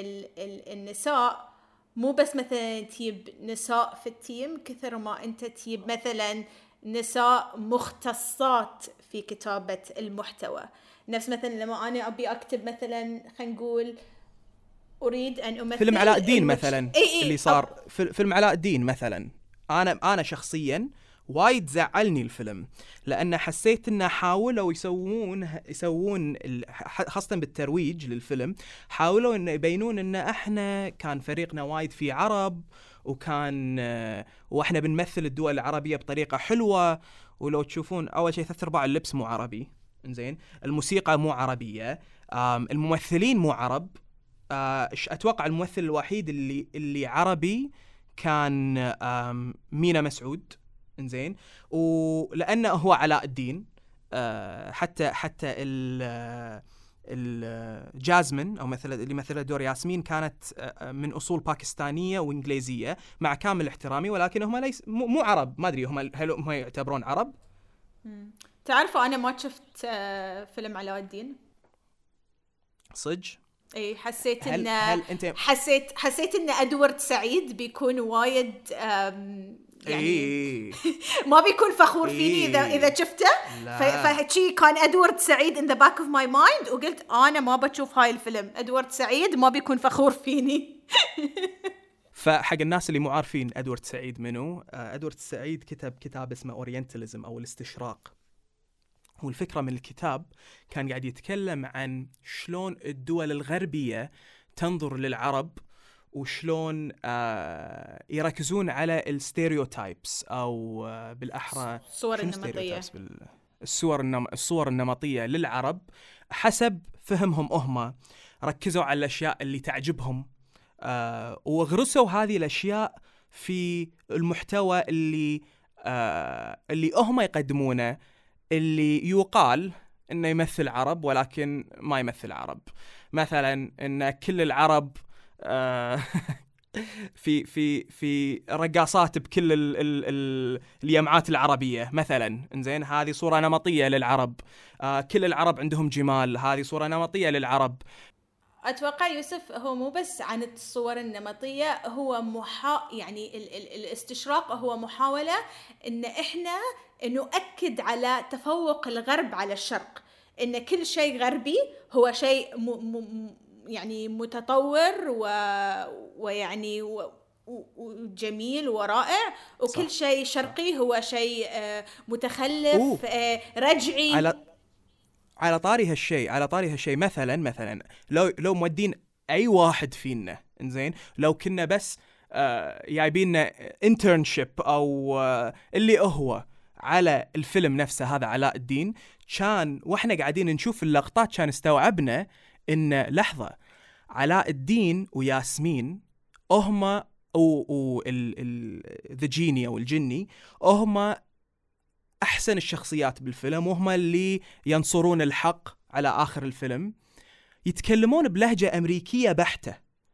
النساء مو بس مثلا تجيب نساء في التيم كثر ما أنت تجيب مثلا نساء مختصات في كتابة المحتوى. نفس مثلا لما أنا أبي أكتب مثلا خلينا نقول أريد أن أمثل فيلم علاء الدين مثلا إيه إيه اللي صار أو... فيلم علاء الدين مثلا أنا أنا شخصيا وايد زعلني الفيلم لأن حسيت إنه حاولوا يسوون يسوون خاصة بالترويج للفيلم حاولوا إنه يبينون إن إحنا كان فريقنا وايد في عرب وكان آه واحنا بنمثل الدول العربية بطريقة حلوة. ولو تشوفون اول شيء ثلاث ارباع اللبس مو عربي، انزين، الموسيقى مو عربية، الممثلين مو عرب. آه اتوقع الممثل الوحيد اللي اللي عربي كان مينا مسعود، انزين، ولانه هو علاء الدين. آه حتى حتى ال الجازمين او مثلا اللي مثلها دور ياسمين كانت من اصول باكستانيه وانجليزيه، مع كامل احترامي، ولكن هم ليس مو عرب. ما ادري هم هل هم يعتبرون عرب؟ تعرفوا انا ما شفت فيلم علاء الدين صج. اي حسيت هل ان هل انت حسيت حسيت ان ادوارد سعيد بيكون وايد يعني إيه. ما بيكون فخور فيني اذا اذا شفته. فشي كان ادوارد سعيد in the back of my mind، وقلت انا ما بشوف هاي الفيلم، ادوارد سعيد ما بيكون فخور فيني. فحق الناس اللي مو عارفين ادوارد سعيد منو، ادوارد سعيد كتب كتاب اسمه اورينتاليزم او الاستشراق. والفكرة من الكتاب كان قاعد يتكلم عن شلون الدول الغربية تنظر للعرب، وشلون آه يركزون على الستيريوتايبس او آه بالاحرى الصور النمطيه، الصور النم... الصور النمطيه للعرب حسب فهمهم هم. ركزوا على الاشياء اللي تعجبهم آه وغرسوا هذه الاشياء في المحتوى اللي آه اللي هم يقدمونه، اللي يقال انه يمثل عرب ولكن ما يمثل عرب. مثلا ان كل العرب آه في في في رقاصات بكل ال ال ال اليمعات العربيه مثلا، انزين، هذه صوره نمطيه للعرب. آه كل العرب عندهم جمال، هذه صوره نمطيه للعرب. اتوقع يوسف هو مو بس عن الصور النمطيه، هو محا يعني ال ال الاستشراق هو محاوله ان احنا نؤكد على تفوق الغرب على الشرق، ان كل شيء غربي هو شيء م م يعني متطور و ويعني و وجميل ورائع، وكل صح. شيء شرقي هو شيء متخلف رجعي. على على طاري هالشيء على طاري هالشيء مثلا مثلا لو لو مودين اي واحد فينا، انزين، لو كنا بس آه جايبيننا انترنشيب او آه اللي هو على الفيلم نفسه هذا علاء الدين، كان واحنا قاعدين نشوف اللقطات كان استوعبنا ان لحظه، علاء الدين وياسمين هم او ذا جيني او الجني هم احسن الشخصيات بالفيلم، وهم اللي ينصرون الحق على اخر الفيلم. يتكلمون بلهجه امريكيه بحته،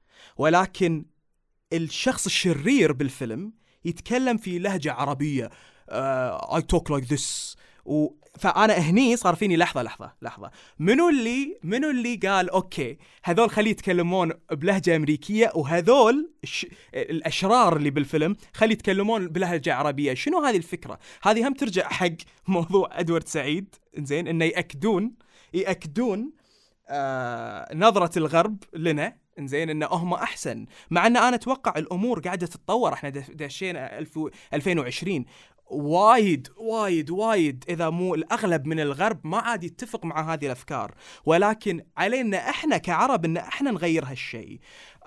ولكن الشخص الشرير بالفيلم يتكلم في لهجه عربيه. uh, I talk like this. و فانا هني صار فيني لحظه لحظه لحظه منو اللي منو اللي قال اوكي هذول خلي يتكلمون بلهجه امريكيه، وهذول الش... الاشرار اللي بالفيلم خلي يتكلمون بلهجه عربيه. شنو هذه الفكره؟ هذه هم ترجع حق موضوع ادوارد سعيد، زين، انه ياكدون ياكدون آه نظره الغرب لنا، انزين، انه هم احسن، مع ان انا اتوقع الامور قاعده تتطور. احنا دشينا ألفين وعشرين، وايد وايد وايد اذا مو الاغلب من الغرب ما عاد يتفق مع هذه الافكار، ولكن علينا احنا كعرب ان احنا نغير هالشيء.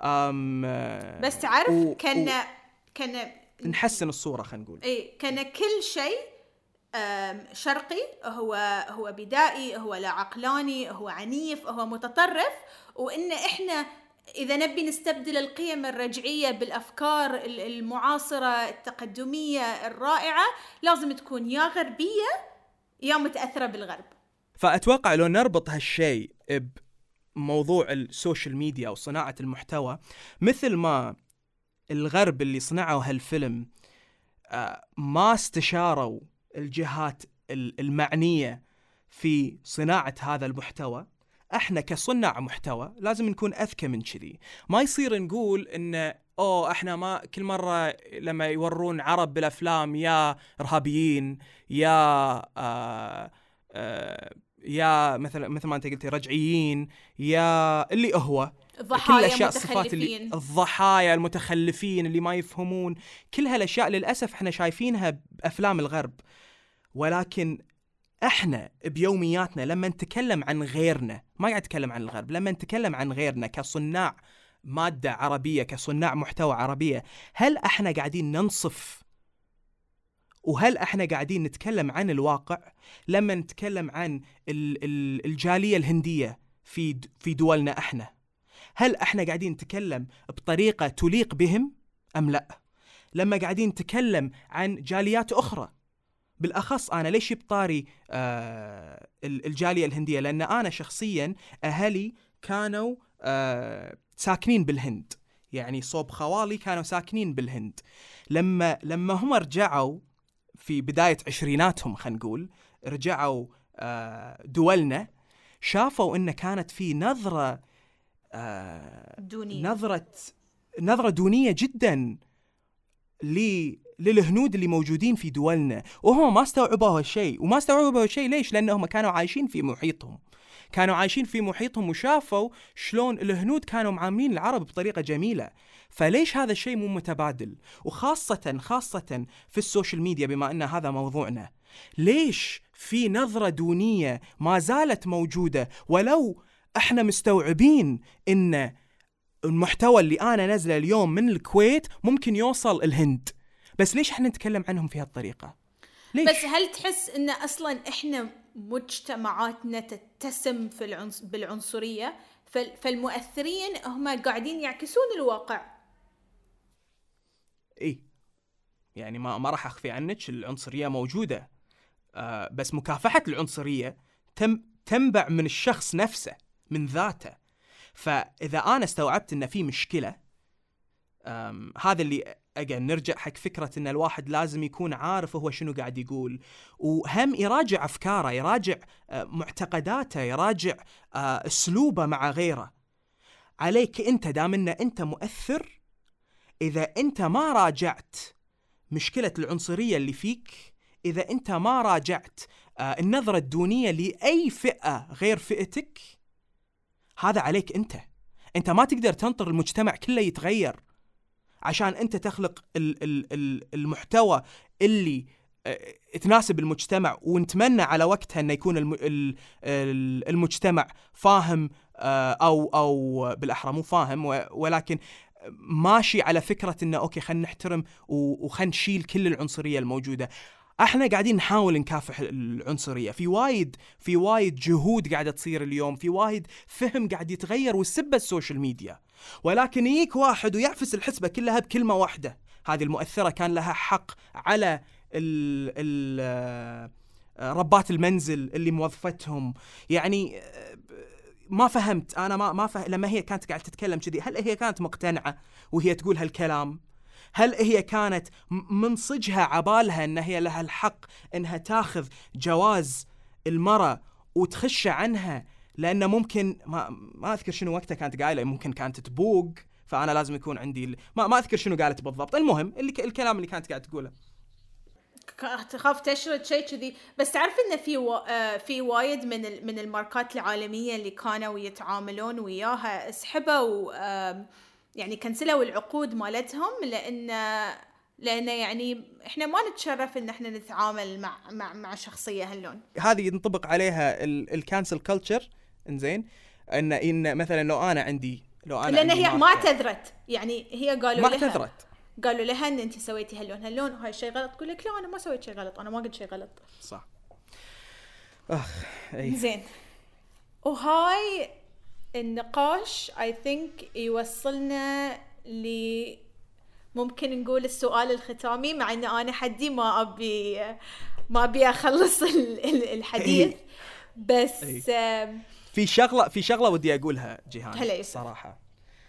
بس تعرف و... كان و... كان نحسن الصوره، خلينا نقول اي كان كل شيء شرقي هو هو بدائي، هو لا عقلاني، هو عنيف، هو متطرف، وان احنا إذا نبي نستبدل القيم الرجعية بالأفكار المعاصرة التقدمية الرائعة لازم تكون يا غربية يا متأثرة بالغرب. فأتوقع لو نربط هالشيء بموضوع السوشيال ميديا وصناعة المحتوى، مثل ما الغرب اللي صنعوا هالفيلم ما استشاروا الجهات المعنية في صناعة هذا المحتوى، احنا كصناع محتوى لازم نكون اذكى من كذي. ما يصير نقول ان اوه احنا ما كل مره لما يورون عرب بالافلام يا ارهابيين يا آآ آآ يا مثلا مثل ما انت قلتي رجعيين، يا اللي هو كل الاشياء الصفات اللي الضحايا المتخلفين اللي ما يفهمون. كل هالاشياء للاسف احنا شايفينها بافلام الغرب، ولكن احنا بيومياتنا لما نتكلم عن غيرنا، ما قاعد اتكلم عن الغرب، لما نتكلم عن غيرنا كصناع كمادة عربية، كصناع محتوى عربية، هل احنا قاعدين ننصف وهل احنا قاعدين نتكلم عن الواقع لما نتكلم عن الجالية الهندية في في دولنا احنا؟ هل احنا قاعدين نتكلم بطريقة تليق بهم ام لا؟ لما قاعدين نتكلم عن جاليات اخرى، بالاخص انا ليش بطاري آه الجالية الهندية؟ لان انا شخصيا اهلي كانوا آه ساكنين بالهند، يعني صوب خوالي كانوا ساكنين بالهند. لما لما هم رجعوا في بداية عشريناتهم، خلينا نقول رجعوا آه دولنا، شافوا إن كانت في نظرة آه دونية. نظرة نظرة دونية جدا للهنود اللي موجودين في دولنا، وهم ما استوعبوا هالشيء. وما استوعبوا هالشيء ليش؟ لأنهم كانوا عايشين في محيطهم كانوا عايشين في محيطهم وشافوا شلون الهنود كانوا معاملين العرب بطريقة جميلة. فليش هذا الشيء مو متبادل؟ وخاصة خاصة في السوشيال ميديا، بما أن هذا موضوعنا، ليش في نظرة دونية ما زالت موجودة؟ ولو احنا مستوعبين ان المحتوى اللي انا نزله اليوم من الكويت ممكن يوصل الهند، بس ليش احنا نتكلم عنهم في هالطريقة؟ ليش؟ بس هل تحس ان اصلا احنا مجتمعاتنا تتسم في العنص... بالعنصرية، فالمؤثرين هم قاعدين يعكسون الواقع؟ ايه يعني ما ما راح اخفي عنك العنصرية موجودة، آه بس مكافحة العنصرية تم تنبع من الشخص نفسه، من ذاته. فاذا انا استوعبت ان في مشكلة، هذا اللي أجل نرجع حق فكرة إن الواحد لازم يكون عارف هو شنو قاعد يقول، وهم يراجع أفكاره، يراجع معتقداته، يراجع أسلوبه مع غيره. عليك أنت دامنا أنت مؤثر، إذا أنت ما راجعت مشكلة العنصرية اللي فيك، إذا أنت ما راجعت النظرة الدونية لأي فئة غير فئتك، هذا عليك أنت. أنت ما تقدر تنطر المجتمع كله يتغير عشان أنت تخلق المحتوى اللي تناسب المجتمع، ونتمنى على وقتها أن يكون المجتمع فاهم أو أو بالأحرى مو فاهم، ولكن ماشي على فكرة إنه أوكي خلينا نحترم وخلينا نشيل كل العنصرية الموجودة. احنا قاعدين نحاول نكافح العنصرية، في وايد في وايد جهود قاعدة تصير اليوم، في وايد فهم قاعد يتغير والسبة السوشيال ميديا، ولكن يجيك واحد ويعفس الحسبة كلها بكلمة واحدة. هذه المؤثرة كان لها حق على ال ال ربات المنزل اللي موظفتهم. يعني ما فهمت انا ما ما فهم لما هي كانت قاعدة تتكلم كذي، هل هي كانت مقتنعة وهي تقول هالكلام؟ هل هي كانت من صجها عبالها ان هي لها الحق انها تاخذ جواز المرأة وتخش عنها؟ لانه ممكن ما ما اذكر شنو وقتها كانت قايله، ممكن كانت تبوق، فانا لازم يكون عندي ما ما اذكر شنو قالت بالضبط. المهم اللي الكلام اللي كانت قاعده تقوله، تخاف تشرد شيء كذي. بس تعرف ان في و... في وايد من ال... من الماركات العالميه اللي كانوا يتعاملون وياها اسحبوا يعني كنسلوا العقود مالتهم، لان لان يعني احنا ما نتشرف ان احنا نتعامل مع مع مع شخصيه هاللون. هذه ينطبق عليها الكانسل كلتشر. انزين ان ان مثلا لو انا عندي لو انا لان عندي هي ما اعتذرت، يعني هي قالوا ما لها اعتذرت قالوا لها ان انت سويتي هاللون هاللون وهاي الشيء غلط، تقول لك لا انا ما سويت شيء غلط، انا ما قلت شيء غلط. صح. اخ اي زين. وهاي النقاش I think يوصلنا ل ممكن نقول السؤال الختامي، مع ان انا حدي ما ابي ما ابي اخلص الحديث، بس في شغله في شغله ودي اقولها جيهان صراحه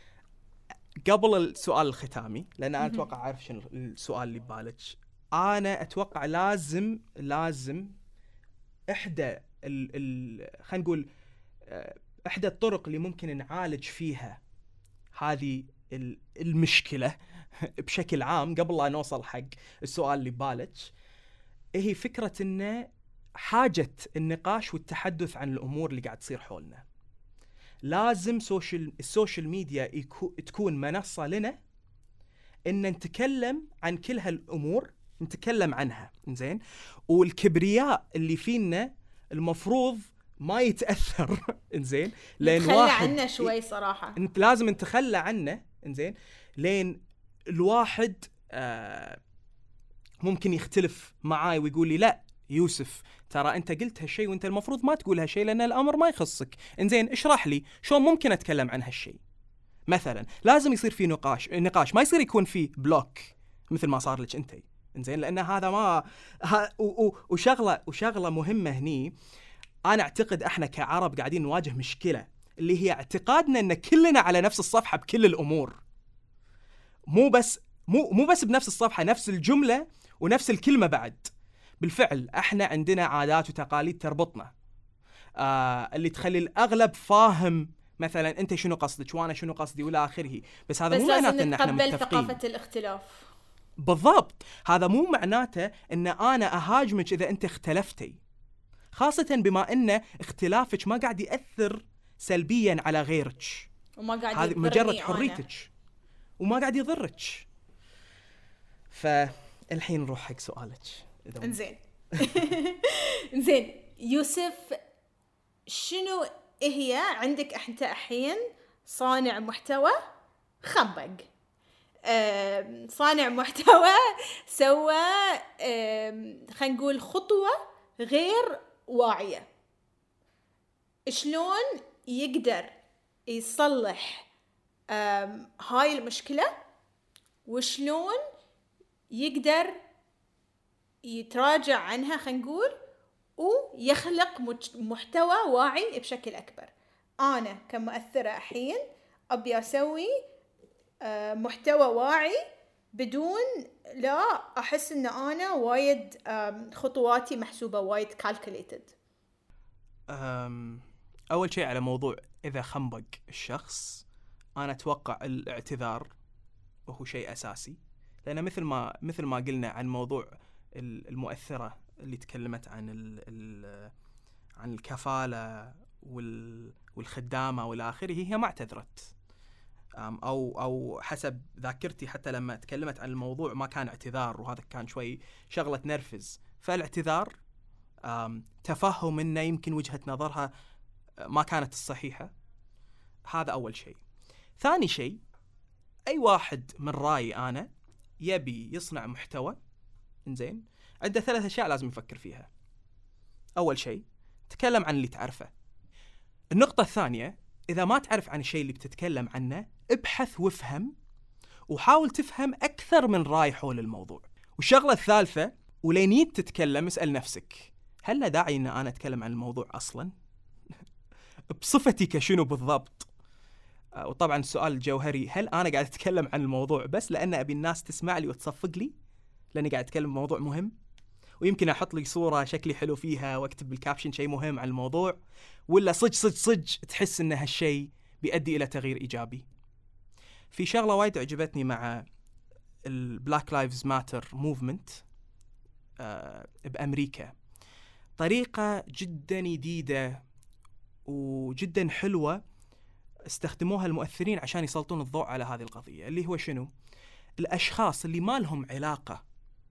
قبل السؤال الختامي، لان انا اتوقع عارف شنو السؤال اللي ببالك. انا اتوقع لازم لازم احدى ال ال خلينا نقول احدى الطرق اللي ممكن نعالج فيها هذه المشكله بشكل عام، قبل لا نوصل حق السؤال اللي ببالك، هي فكره ان حاجه النقاش والتحدث عن الامور اللي قاعد تصير حولنا. لازم سوشيال السوشيال ميديا يكو تكون منصه لنا ان نتكلم عن كل هالامور، نتكلم عنها. زين. والكبرياء اللي فينا المفروض ما يتاثر انزين لين نتخلى واحد عنه شوي صراحه. انت لازم نتخلى عنه انزين لين الواحد آه ممكن يختلف معاي ويقول لي لا يوسف ترى انت قلت هالشيء وانت المفروض ما تقول هالشيء لان الامر ما يخصك. انزين اشرح لي شلون ممكن اتكلم عن هالشيء مثلا. لازم يصير في نقاش نقاش ما يصير يكون في بلوك مثل ما صار لك انت. انزين لان هذا ما ها وشغله وشغله مهمه هني. انا اعتقد احنا كعرب قاعدين نواجه مشكله اللي هي اعتقادنا ان كلنا على نفس الصفحه بكل الامور. مو بس مو مو بس بنفس الصفحه، نفس الجمله ونفس الكلمه بعد. بالفعل احنا عندنا عادات وتقاليد تربطنا آه اللي تخلي الاغلب فاهم مثلا انت شنو قصدك وانا شنو قصدي والى اخره. بس هذا بس مو معناته ان احنا نتقبل متفقين. ثقافه الاختلاف. بالضبط، هذا مو معناته ان انا اهاجمك اذا انت اختلفتي، خاصه بما ان اختلافك ما قاعد ياثر سلبيا على غيرك وما قاعد هذه مجرد حريتك وما قاعد يضرك. فالحين نروح حق سؤالك. انزين انزين يوسف، شنو هي عندك انت الحين صانع محتوى خنبق، صانع محتوى سوى خلينا نقول خطوة غير واعية، شلون يقدر يصلح هاي المشكلة وشلون يقدر يتراجع عنها خلينا نقول ويخلق محتوى واعي بشكل أكبر. أنا كمؤثرة الحين أبي أسوي محتوى واعي بدون لا أحس أن أنا وايد خطواتي محسوبة وايد calculated. أول شيء على موضوع إذا خنبق الشخص، أنا أتوقع الاعتذار وهو شيء أساسي، لأن مثل ما مثل ما قلنا عن موضوع المؤثرة اللي تكلمت عن ال ال عن الكفالة والخدامة والآخره، هي ما اعتذرت أو أو حسب ذاكرتي حتى لما تكلمت عن الموضوع ما كان اعتذار، وهذا كان شوي شغلة نرفز. فالاعتذار تفهم إنه يمكن وجهة نظرها ما كانت الصحيحة، هذا أول شيء. ثاني شيء، أي واحد من رأيي أنا يبي يصنع محتوى إنزين عنده ثلاث أشياء لازم يفكر فيها. أول شيء تكلم عن اللي تعرفه. النقطة الثانية، إذا ما تعرف عن الشيء اللي بتتكلم عنه ابحث وافهم وحاول تفهم أكثر من رأي حول الموضوع. والشغلة الثالثة، ولين تتكلم اسأل نفسك هل لا داعي أن أنا أتكلم عن الموضوع أصلاً؟ بصفتي كشنو بالضبط؟ وطبعاً السؤال الجوهري، هل أنا قاعد أتكلم عن الموضوع بس لأن أبي الناس تسمع لي وتصفق لي لأني قاعد أتكلم بموضوع مهم، ويمكن أحط لي صورة شكلي حلو فيها واكتب بالكابشن شيء مهم عن الموضوع، ولا صج صج صج تحس أن هالشيء بيؤدي إلى تغيير إيجابي؟ في شغلة وايد عجبتني مع البلاك لايفز ماتر موفمنت بأمريكا، طريقة جدا جديدة وجدا حلوة استخدموها المؤثرين عشان يسلطون الضوء على هذه القضية، اللي هو شنو؟ الأشخاص اللي ما لهم علاقة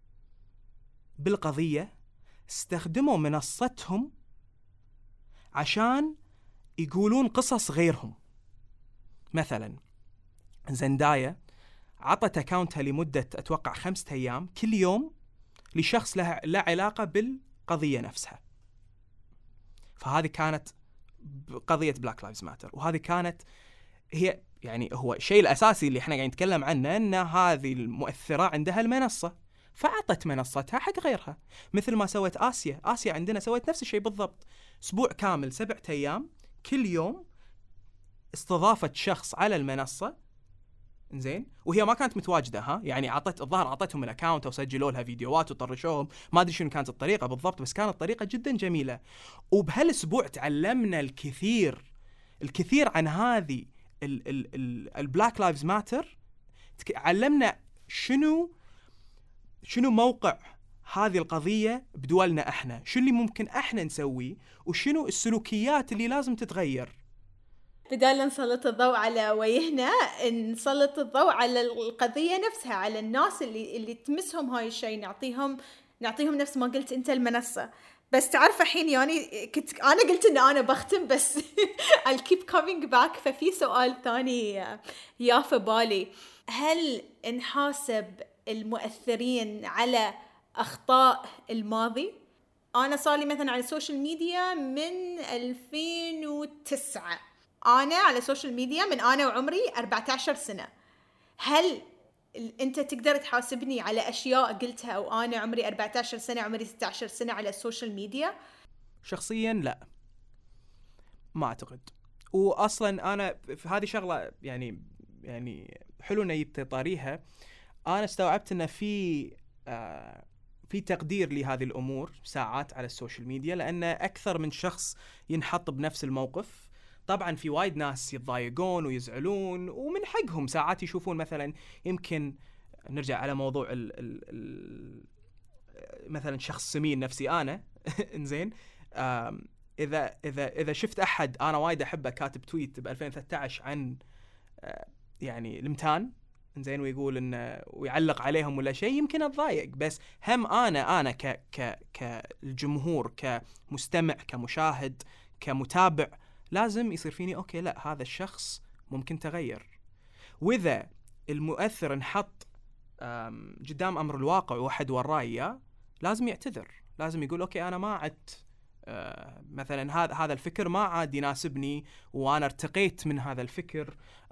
بالقضية استخدموا منصتهم عشان يقولون قصص غيرهم. مثلا زندايا عطت أكاونتها لمدة أتوقع خمسة أيام كل يوم لشخص له لا علاقة بالقضية نفسها، فهذه كانت قضية بلاك لايفز ماتر، وهذه كانت هي يعني هو الشيء الأساسي اللي احنا قاعدين نتكلم عنه، أن هذه المؤثرة عندها المنصة فعطت منصتها حق غيرها، مثل ما سوت آسيا. آسيا عندنا سوت نفس الشيء بالضبط، أسبوع كامل سبعة أيام كل يوم استضافت شخص على المنصة إنزين، وهي ما كانت متواجدة ها يعني عطت الظاهر عطتهم الأكاونت أو سجلوا لها فيديوهات وطرشوهم، ما أدري شنو كانت الطريقة بالضبط، بس كانت طريقة جدا جميلة. وبهالأسبوع تعلمنا الكثير الكثير عن هذه البلاك لايفز ماتر، علمنا شنو شنو موقع هذه القضية بدولنا احنا، شو اللي ممكن احنا نسويه، وشنو السلوكيات اللي لازم تتغير. بدال نسلط الضوء على وجهنا نسلط الضوء على القضية نفسها، على الناس اللي اللي تمسهم هاي الشيء، نعطيهم نعطيهم نفس ما قلت انت المنصة. بس تعرف الحين يعني كنت أنا قلت إن أنا بختم بس I'll keep coming back. ففي سؤال ثاني يا في بالي، هل نحاسب المؤثرين على أخطاء الماضي؟ أنا صار لي مثلا على السوشيال ميديا من ألفين وتسعة، أنا على السوشيال ميديا من أنا وعمري أربعة عشر سنة. هل أنت تقدر تحاسبني على أشياء قلتها أو أنا عمري أربعة عشر سنة عمري ستة عشر سنة على السوشيال ميديا؟ شخصيا لا، ما أعتقد. وأصلا أنا في هذه شغلة يعني يعني حلو إنه يبتطاريها. أنا استوعبت إنه في آه في تقدير لهذه الأمور ساعات على السوشيال ميديا، لأن أكثر من شخص ينحط بنفس الموقف. طبعا في وايد ناس يتضايقون ويزعلون، ومن حقهم ساعات يشوفون مثلا، يمكن نرجع على موضوع ال ال ال مثلا شخص سمين نفسي أنا إنزين، إذا إذا إذا شفت أحد أنا وايد أحبه كاتب تويت ب ألفين وثلاثة عشر عن يعني المتان إنزين، ويقول إنه ويعلق عليهم ولا شيء، يمكن أتضايق. بس هم أنا أنا ك ك كالجمهور، كمستمع، كمشاهد، كمتابع، لازم يصير فيني أوكي لا هذا الشخص ممكن تغير. وإذا المؤثر انحط قدام أمر الواقع وواحد وراه إياه، لازم يعتذر، لازم يقول أوكي أنا ما عدت آه مثلا هذا هذا الفكر ما عاد يناسبني، وأنا ارتقيت من هذا الفكر،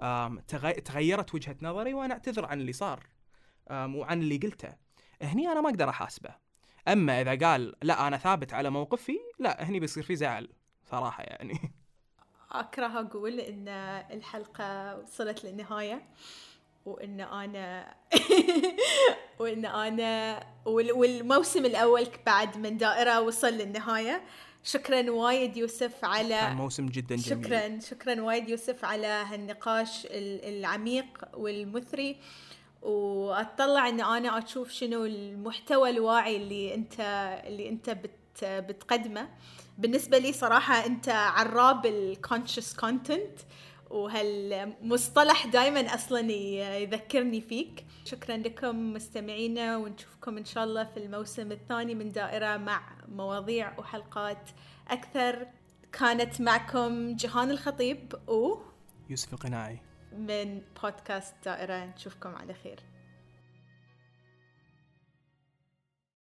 تغيرت وجهة نظري، وأنا أعتذر عن اللي صار وعن اللي قلته. هني أنا ما أقدر أحاسبه. أما إذا قال لا أنا ثابت على موقفي، لا هني بيصير في زعل صراحة يعني. أكره أقول إن الحلقة وصلت للنهاية، وإن أنا وإن أنا والموسم الأول بعد من دائرة وصل للنهاية. شكرا وايد يوسف على كان موسم جدا جميل. شكرا شكرا وايد يوسف على هالنقاش العميق والمثري، وأتطلع إن أنا أشوف شنو المحتوى الواعي اللي أنت اللي أنت بت بتقدمه. بالنسبة لي صراحة أنت عراب الكونشس كونتنت، وهالمصطلح دايما أصلا يذكرني فيك. شكرا لكم مستمعينا، ونشوفكم إن شاء الله في الموسم الثاني من دائرة مع مواضيع وحلقات أكثر. كانت معكم جهان الخطيب و يوسف القناعي من بودكاست دائرة. نشوفكم على خير.